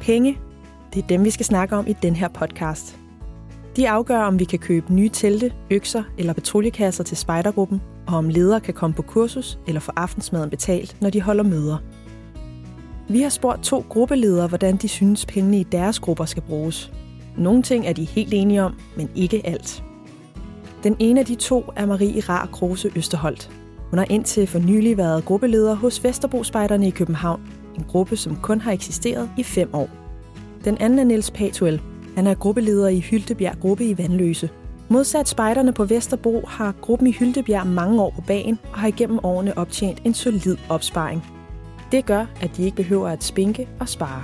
Penge, det er dem, vi skal snakke om i den her podcast. De afgør, om vi kan købe nye telte, økser eller patruljekasser til spejdergruppen, og om ledere kan komme på kursus eller få aftensmaden betalt, når de holder møder. Vi har spurgt 2 gruppeledere, hvordan de synes, pengene i deres grupper skal bruges. Nogle ting er de helt enige om, men ikke alt. Den ene af de 2 er Marie Rar Kruse Østerholt. Hun har indtil for nylig været gruppeleder hos Vesterbro-spejderne i København, en gruppe, som kun har eksisteret i 5 år. Den anden er Niels Patuel. Han er gruppeleder i Hyltebjerg Gruppe i Vanløse. Modsat spejderne på Vesterbro har gruppen i Hyltebjerg mange år på bagen og har igennem årene optjent en solid opsparing. Det gør, at de ikke behøver at spinke og spare.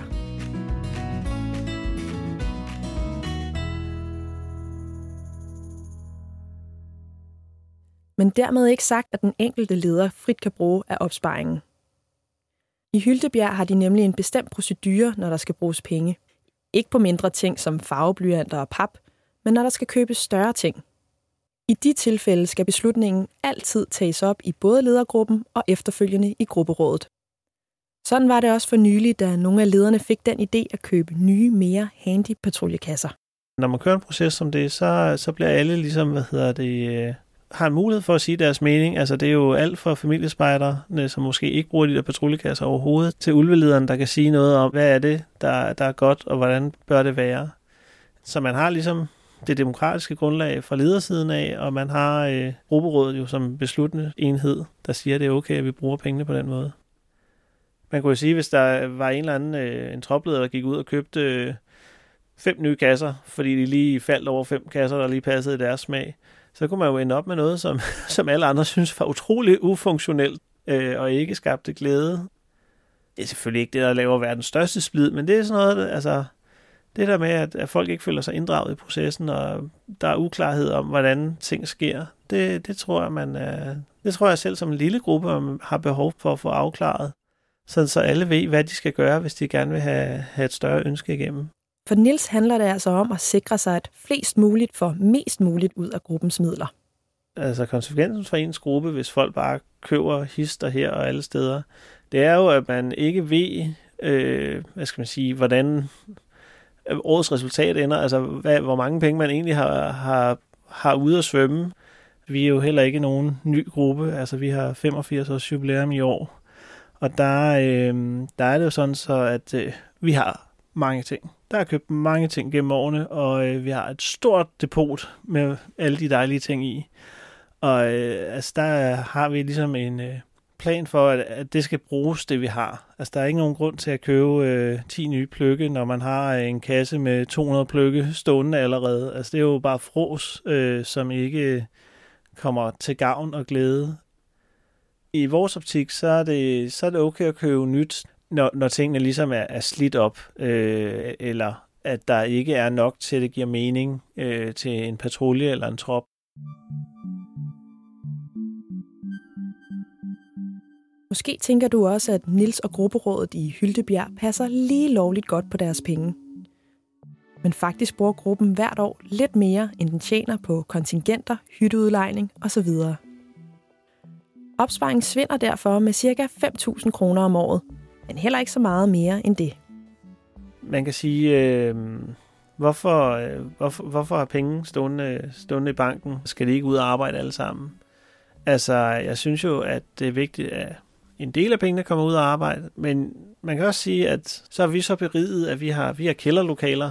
Men dermed ikke sagt, at den enkelte leder frit kan bruge af opsparingen. I Hyltebjerg har de nemlig en bestemt procedure, når der skal bruges penge. Ikke på mindre ting som farveblyanter og pap, men når der skal købes større ting. I de tilfælde skal beslutningen altid tages op i både ledergruppen og efterfølgende i grupperådet. Sådan var det også for nylig, da nogle af lederne fik den idé at købe nye, mere handy patruljekasser. Når man kører en proces som det, så bliver alle ligesom, har en mulighed for at sige deres mening. Altså det er jo alt fra familiespejderne, som måske ikke bruger de der patruljekasser overhovedet, til ulvelederen, der kan sige noget om, hvad er det, der er godt, og hvordan bør det være. Så man har ligesom det demokratiske grundlag fra ledersiden af, og man har grupperådet jo som besluttende enhed, der siger, at det er okay, at vi bruger pengene på den måde. Man kunne jo sige, hvis der var en eller anden en tropleder, der gik ud og købte 5 nye kasser, fordi de lige faldt over 5 kasser, der lige passede i deres smag, så kunne man jo ende op med noget, som alle andre synes var utrolig ufunktionelt og ikke skabte glæde. Det er selvfølgelig ikke det, der laver verdens største splid, men det er sådan noget, altså det der med, at folk ikke føler sig inddraget i processen, og der er uklarhed om, hvordan ting sker, det tror jeg selv som en lille gruppe har behov for at få afklaret, sådan så alle ved, hvad de skal gøre, hvis de gerne vil have et større ønske igennem. For Niels handler det altså om at sikre sig, at flest muligt får mest muligt ud af gruppens midler. Altså konsekvensen for ens gruppe, hvis folk bare køber hister her og alle steder, det er jo, at man ikke ved, hvordan årets resultat ender, altså hvor mange penge man egentlig har ude at svømme. Vi er jo heller ikke nogen ny gruppe, altså vi har 85 års jubilæum i år, og der er det jo sådan så, at vi har mange ting. Der er købt mange ting gennem årene, og vi har et stort depot med alle de dejlige ting i. Og der har vi ligesom en plan for, at det skal bruges, det vi har. Altså der er ikke nogen grund til at købe 10 nye pløkke, når man har en kasse med 200 pløkke stående allerede. Altså det er jo bare frås, som ikke kommer til gavn og glæde. I vores optik, så er det okay at købe nyt, når tingene ligesom er slidt op, eller at der ikke er nok til, at det giver mening til en patrulje eller en trop. Måske tænker du også, at Niels og grupperådet i Hyltebjerg passer lige lovligt godt på deres penge. Men faktisk bruger gruppen hvert år lidt mere, end den tjener på kontingenter, hytteudlejning osv. Opsparingen svinder derfor med ca. 5.000 kroner om året, men heller ikke så meget mere end det. Man kan sige, hvorfor har penge stående i banken? Skal de ikke ud og arbejde alle sammen? Altså, jeg synes jo, at det er vigtigt, at en del af pengene kommer ud og arbejde, men man kan også sige, at så er vi så beriget, at vi har kælderlokaler.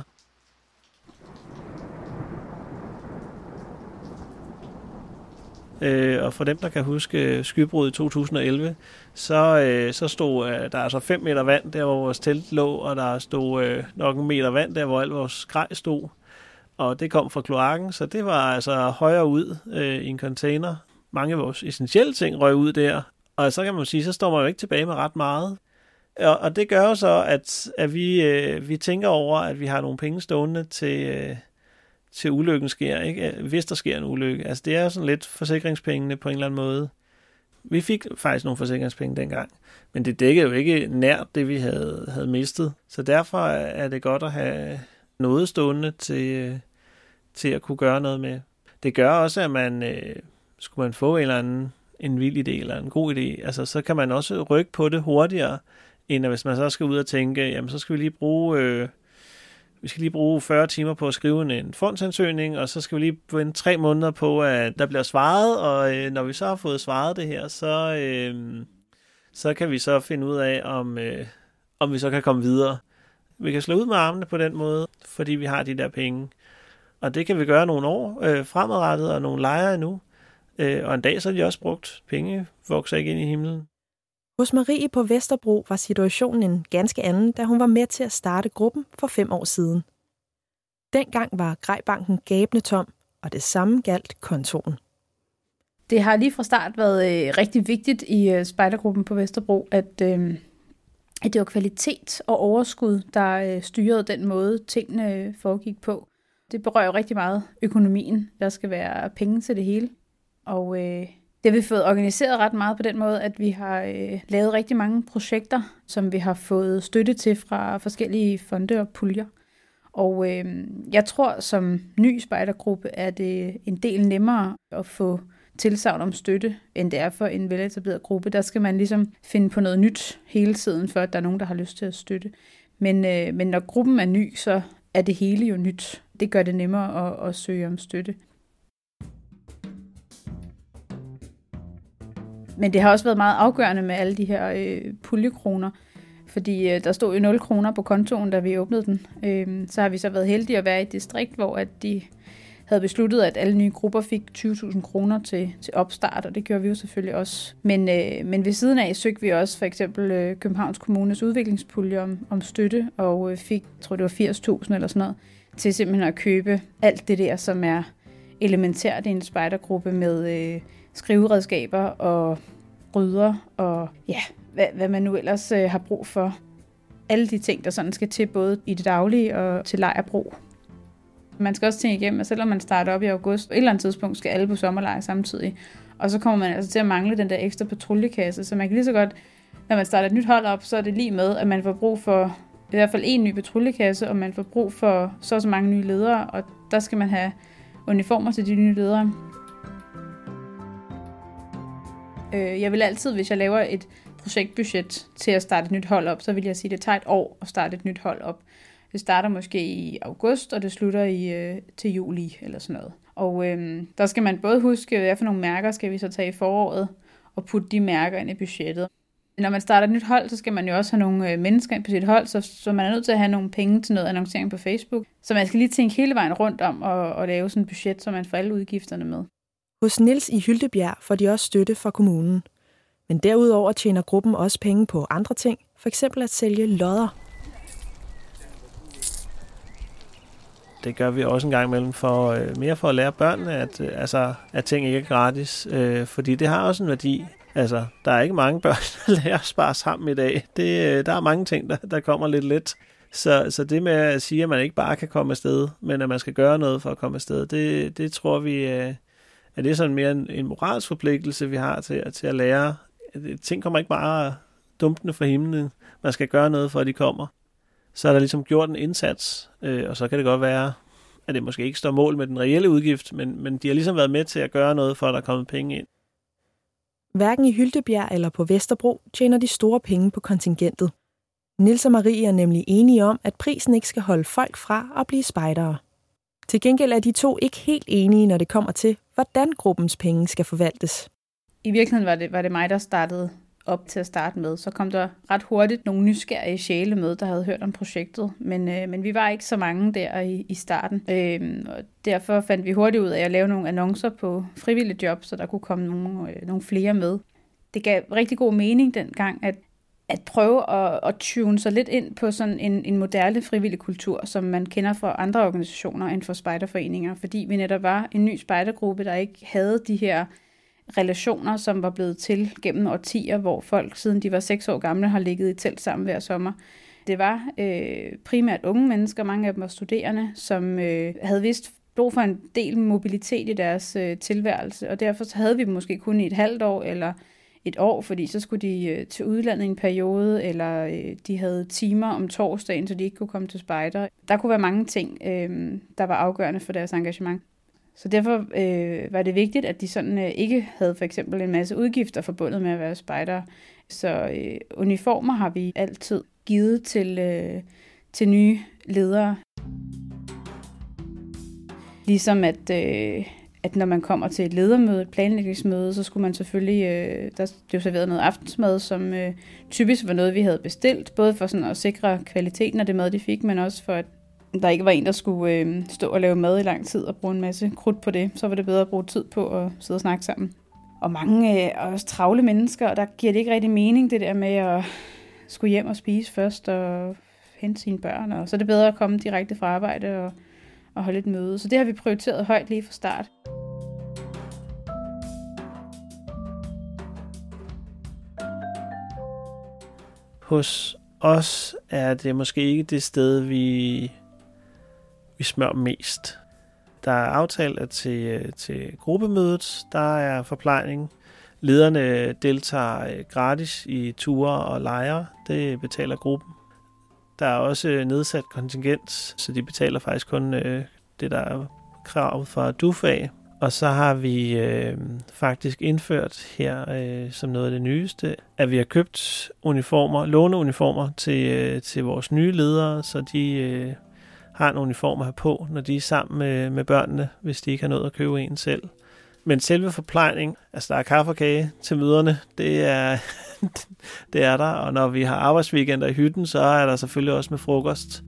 Og for dem, der kan huske skybruddet i 2011, så stod der altså 5 meter vand, der hvor vores telt lå, og der stod nok 1 meter vand, der hvor alt vores grej stod. Og det kom fra kloakken, så det var altså højere ud i en container. Mange af vores essentielle ting røg ud der, og så kan man sige, så står man jo ikke tilbage med ret meget. Og det gør jo så, at vi tænker over, at vi har nogle penge stående til ulykken sker, ikke? Hvis der sker en ulykke. Altså det er sådan lidt forsikringspengene på en eller anden måde. Vi fik faktisk nogle forsikringspenge dengang, men det dækkede jo ikke nært det, vi havde mistet. Så derfor er det godt at have noget stående til at kunne gøre noget med. Det gør også, at skulle man få en vild idé eller en god idé, altså så kan man også rykke på det hurtigere, end hvis man så skal ud og tænke, jamen så skal vi lige bruge 40 timer på at skrive en fondsansøgning, og så skal vi lige vente 3 måneder på, at der bliver svaret, og når vi så har fået svaret det her, så kan vi så finde ud af, om vi så kan komme videre. Vi kan slå ud med armene på den måde, fordi vi har de der penge. Og det kan vi gøre nogle år fremadrettet, og nogle lejre endnu. Og en dag så er de også brugt. Penge vokser ikke ind i himlen. Hos Marie på Vesterbro var situationen en ganske anden, da hun var med til at starte gruppen for 5 år siden. Dengang var Grejbanken gabende tom, og det samme galt kontoen. Det har lige fra start været rigtig vigtigt i spejdergruppen på Vesterbro, at det var kvalitet og overskud, der styrede den måde, tingene foregik på. Det berører jo rigtig meget økonomien. Der skal være penge til det hele. Og det har vi fået organiseret ret meget på den måde, at vi har lavet rigtig mange projekter, som vi har fået støtte til fra forskellige fonde og puljer. Og jeg tror, som ny spejdergruppe er det en del nemmere at få tilsagn om støtte, end det er for en veletableret gruppe. Der skal man ligesom finde på noget nyt hele tiden, for at der er nogen, der har lyst til at støtte. Men når gruppen er ny, så er det hele jo nyt. Det gør det nemmere at søge om støtte. Men det har også været meget afgørende med alle de her puljekroner, fordi der stod jo 0 kroner på kontoen, da vi åbnede den. Så har vi så været heldige at være i et distrikt, hvor at de havde besluttet, at alle nye grupper fik 20.000 kroner til opstart, og det gjorde vi jo selvfølgelig også. Men ved siden af søgte vi også for eksempel Københavns Kommunes udviklingspulje om støtte, og fik, jeg tror det var 80.000 eller sådan noget, til simpelthen at købe alt det der, som er elementært i en spejdergruppe med skriveredskaber og rydder og ja, hvad man nu ellers har brug for. Alle de ting, der sådan skal til, både i det daglige og til lejrbrug. Man skal også tænke igennem, at selvom man starter op i august, på et eller andet tidspunkt skal alle på sommerlejr samtidig. Og så kommer man altså til at mangle den der ekstra patruljekasse, så man kan lige så godt, når man starter et nyt hold op, så er det lige med, at man får brug for i hvert fald en ny patruljekasse, og man får brug for så mange nye ledere, og der skal man have uniformer til de nye ledere. Jeg vil altid, hvis jeg laver et projektbudget til at starte et nyt hold op, så vil jeg sige, at det tager et år at starte et nyt hold op. Det starter måske i august, og det slutter til juli eller sådan noget. Og der skal man både huske, hvad for nogle mærker skal vi så tage i foråret, og putte de mærker ind i budgettet. Når man starter et nyt hold, så skal man jo også have nogle mennesker ind på sit hold, så man er nødt til at have nogle penge til noget annoncering på Facebook. Så man skal lige tænke hele vejen rundt om at lave sådan et budget, så man får alle udgifterne med. Hos Niels i Hyltebjerg får de også støtte fra kommunen. Men derudover tjener gruppen også penge på andre ting, f.eks. at sælge lodder. Det gør vi også en gang imellem mere for at lære børnene, at ting ikke er gratis, fordi det har også en værdi. Altså, der er ikke mange børn, der lærer at spare sammen i dag. Der er mange ting, der kommer lidt let. Så det med at sige, at man ikke bare kan komme afsted, men at man skal gøre noget for at komme afsted, det tror vi, at det er sådan mere en moralsk forpligtelse, vi har til at lære. Ting kommer ikke bare dumpende fra himlen. Man skal gøre noget, for at de kommer. Så er der ligesom gjort en indsats, og så kan det godt være, at det måske ikke står mål med den reelle udgift, men de har ligesom været med til at gøre noget, for at der er kommet penge ind. Hverken i Hyltebjerg eller på Vesterbro tjener de store penge på kontingentet. Niels og Marie er nemlig enige om, at prisen ikke skal holde folk fra at blive spejdere. Til gengæld er de to ikke helt enige, når det kommer til, hvordan gruppens penge skal forvaltes. I virkeligheden var det mig, der startede op til at starte med. Så kom der ret hurtigt nogle nysgerrige sjæle med, der havde hørt om projektet. Men vi var ikke så mange der i starten. Og derfor fandt vi hurtigt ud af at lave nogle annoncer på frivillige job, så der kunne komme nogle flere med. Det gav rigtig god mening dengang, at prøve at tune sig lidt ind på sådan en moderne frivillig kultur, som man kender fra andre organisationer end for spejderforeninger, fordi vi netop var en ny spejdergruppe, der ikke havde de her relationer, som var blevet til gennem årtier, hvor folk, siden de var 6 år gamle, har ligget i telt sammen hver sommer. Det var primært unge mennesker, mange af dem var studerende, som havde vist brug for en del mobilitet i deres tilværelse, og derfor så havde vi dem måske kun i et halvt år eller et år, fordi så skulle de til udlandet i en periode, eller de havde timer om torsdagen, så de ikke kunne komme til spejder. Der kunne være mange ting, der var afgørende for deres engagement. Så derfor var det vigtigt, at de sådan ikke havde for eksempel en masse udgifter forbundet med at være spejdere. Så uniformer har vi altid givet til nye ledere. Ligesom at når man kommer til et ledermøde, et planlægningsmøde, så skulle man selvfølgelig, der blev serveret noget aftensmad, som typisk var noget, vi havde bestilt, både for sådan at sikre kvaliteten af det mad, de fik, men også for, at der ikke var en, der skulle stå og lave mad i lang tid og bruge en masse krudt på det. Så var det bedre at bruge tid på at sidde og snakke sammen. Og mange også travle mennesker, og der giver det ikke rigtig mening, det der med at skulle hjem og spise først og hente sine børn. Og så er det bedre at komme direkte fra arbejde og holde et møde. Så det har vi prioriteret højt lige fra start. Hos os er det måske ikke det sted, vi smører mest. Der er aftalt, at til gruppemødet, der er forplejning. Lederne deltager gratis i ture og lejre. Det betaler gruppen. Der er også nedsat kontingent, så de betaler faktisk kun det, der er krav fra DUF af. Og så har vi faktisk indført her som noget af det nyeste, at vi har købt låneuniformer til vores nye ledere, så de har en uniform her på, når de er sammen med børnene, hvis de ikke har nået at købe en selv. Men selve forplejning, altså der er kaffe og kage til møderne, det er der, og når vi har arbejdsweekender i hytten, så er der selvfølgelig også med frokost.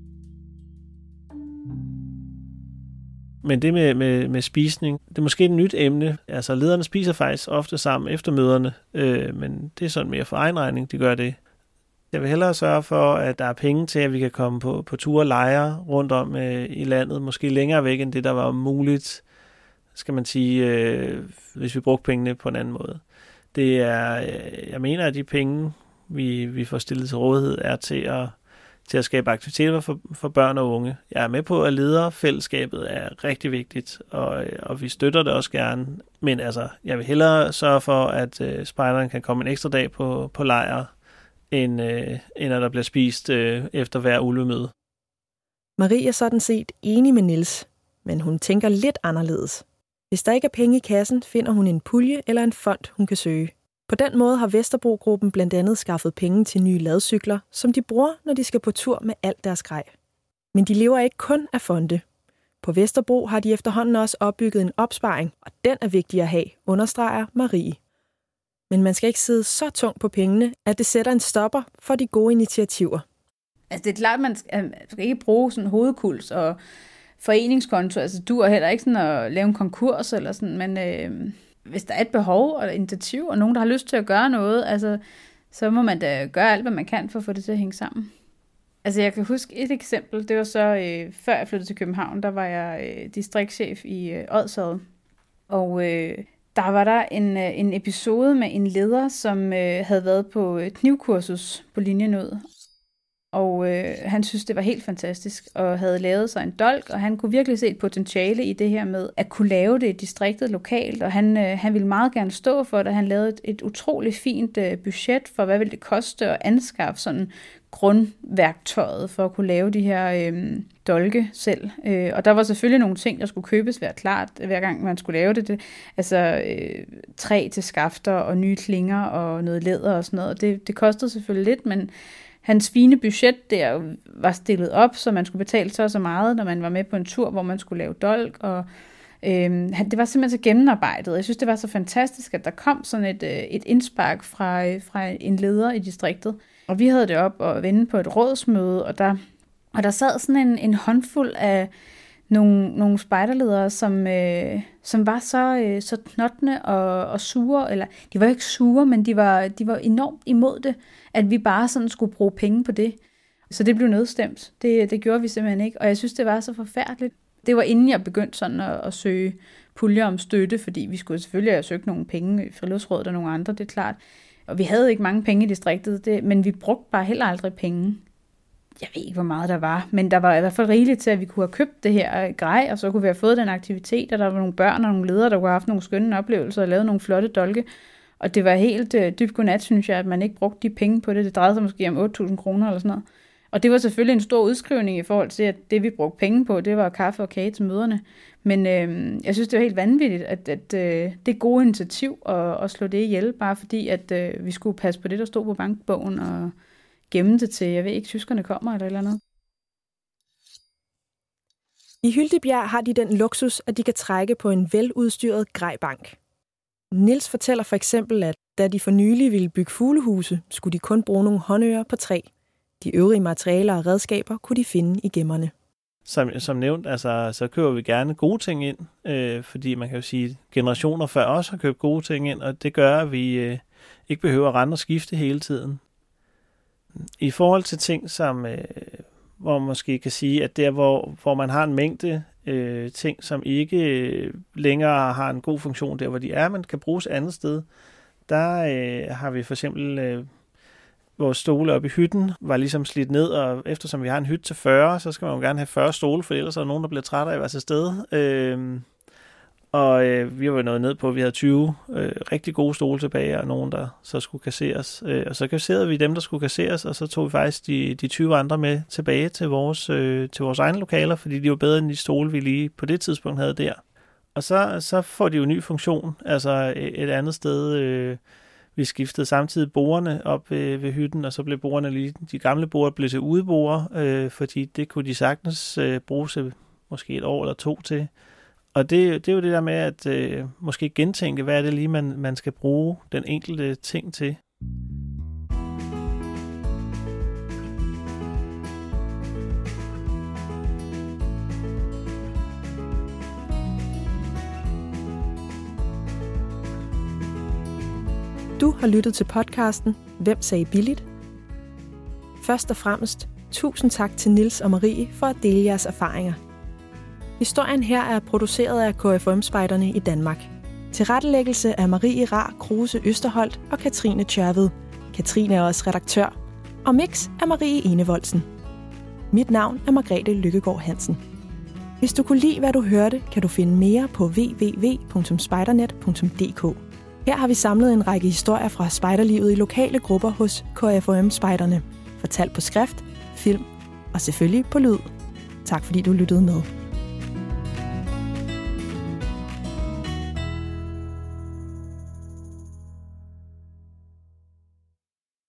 Men det med spisning, det er måske et nyt emne. Altså lederne spiser faktisk ofte sammen efter møderne, men det er sådan mere for egen regning, de gør det. Jeg vil hellere sørge for, at der er penge til, at vi kan komme på ture og lejre rundt om i landet, måske længere væk end det, der var muligt, skal man sige, hvis vi brugte pengene på en anden måde. Det er, jeg mener, at de penge, vi får stillet til rådighed, er til at skabe aktiviteter for børn og unge. Jeg er med på, at lederfællesskabet er rigtig vigtigt, og vi støtter det også gerne. Men altså, jeg vil hellere sørge for, at spejderen kan komme en ekstra dag på lejr, end at der bliver spist efter hver ulvemøde. Marie er sådan set enig med Niels, men hun tænker lidt anderledes. Hvis der ikke er penge i kassen, finder hun en pulje eller en fond, hun kan søge. På den måde har Vesterbro-gruppen blandt andet skaffet penge til nye ladcykler, som de bruger, når de skal på tur med alt deres grej. Men de lever ikke kun af fonde. På Vesterbro har de efterhånden også opbygget en opsparing, og den er vigtig at have, understreger Marie. Men man skal ikke sidde så tungt på pengene, at det sætter en stopper for de gode initiativer. Altså det er klart, at man skal ikke bruge sådan hovedkuls og foreningskonto. Altså du er heller ikke sådan at lave en konkurs eller sådan, men hvis der er et behov og et initiativ, og nogen, der har lyst til at gøre noget, altså, så må man da gøre alt, hvad man kan for at få det til at hænge sammen. Altså jeg kan huske et eksempel, det var så før jeg flyttede til København, der var jeg distriktschef i Odsherred. Og der var der en episode med en leder, som havde været på knivkursus på linjen ud. Og han synes, det var helt fantastisk, og havde lavet sig en dolk, og han kunne virkelig se et potentiale i det her med at kunne lave det i distriktet lokalt, og han ville meget gerne stå for det. Han lavede et utroligt fint budget for, hvad ville det koste at anskaffe sådan grundværktøjet for at kunne lave de her dolke selv. Og der var selvfølgelig nogle ting, der skulle købes, være klart, hver gang man skulle lave det. Altså træ til skafter og nye klinger og noget læder og sådan noget. Det kostede selvfølgelig lidt, men hans fine budget der var stillet op, så man skulle betale så meget, når man var med på en tur, hvor man skulle lave dolk. Og det var simpelthen så gennemarbejdet. Jeg synes, det var så fantastisk, at der kom sådan et indspark fra en leder i distriktet. Og vi havde det op og vende på et rådsmøde, og der sad sådan en håndfuld af nogle spejderledere, som var så knottende og sure, eller de var ikke sure, men de var enormt imod det, at vi bare sådan skulle bruge penge på det. Så det blev nedstemt. Det gjorde vi simpelthen ikke, og jeg synes, det var så forfærdeligt. Det var inden jeg begyndte sådan at søge puljer om støtte, fordi vi skulle selvfølgelig have søgt nogle penge i Friluftsrådet og nogle andre, det er klart. Og vi havde ikke mange penge i distriktet, men vi brugte bare heller aldrig penge. Jeg ved ikke, hvor meget der var, men der var i hvert fald rigeligt til, at vi kunne have købt det her grej, og så kunne vi have fået den aktivitet, og der var nogle børn og nogle ledere, der kunne have haft nogle skønne oplevelser og lavet nogle flotte dolke. Og det var helt dybt godnat, synes jeg, at man ikke brugte de penge på det. Det drejede sig måske om 8.000 kroner eller sådan noget. Og det var selvfølgelig en stor udskrivning i forhold til, at det vi brugte penge på, det var kaffe og kage til møderne. Men jeg synes, det var helt vanvittigt, at det gode initiativ at slå det ihjel, bare fordi, at vi skulle passe på det, der stod på bankbogen og gemme det til, jeg ved ikke, tyskerne kommer eller andet. I Hyltebjerg har de den luksus, at de kan trække på en veludstyret grejbank. Niels fortæller for eksempel, at da de for nylig ville bygge fuglehuse, skulle de kun bruge nogle håndører på træ. De øvrige materialer og redskaber kunne de finde i gemmerne. Som nævnt, altså, så køber vi gerne gode ting ind, fordi man kan jo sige, at generationer før os har købt gode ting ind, og det gør, at vi ikke behøver at rende og skifte hele tiden. I forhold til ting, som, hvor man måske kan sige, at der, hvor man har en mængde ting, som ikke længere har en god funktion der, hvor de er, men kan bruges andet sted, der har vi for eksempel vores stole oppe i hytten var ligesom slidt ned, og eftersom vi har en hytte til 40, så skal man jo gerne have 40 stole, for ellers er der nogen, der bliver trætte af at være til stede. Vi var nået ned på, at vi havde 20 rigtig gode stole tilbage, og nogen, der så skulle kasseres. Og så kasserede vi dem, der skulle kasseres, og så tog vi faktisk de 20 andre med tilbage til vores egne lokaler, fordi de var bedre end de stole, vi lige på det tidspunkt havde der. Og så får de jo ny funktion, altså et andet sted. Vi skiftede samtidig bordene op ved hytten, og så blev bordene lige, de gamle borde blev til udeborde, fordi det kunne de sagtens bruge til måske 1 år eller 2 til. Og det er jo det der med at måske gentænke, hvad er det lige, man skal bruge den enkelte ting til. Du har lyttet til podcasten Hvem sagde billigt? Først og fremmest, tusind tak til Niels og Marie for at dele jeres erfaringer. Historien her er produceret af KFUM-spejderne i Danmark. Tilrettelæggelse af Marie Rar Kruse Østerholt og Katrine Tjørved. Katrine er også redaktør. Og mix af Marie Enevoldsen. Mit navn er Margrethe Lykkegaard Hansen. Hvis du kunne lide, hvad du hørte, kan du finde mere på www.spejdernet.dk. Her har vi samlet en række historier fra spejderlivet i lokale grupper hos KFUM-spejderne. Fortalt på skrift, film og selvfølgelig på lyd. Tak fordi du lyttede med.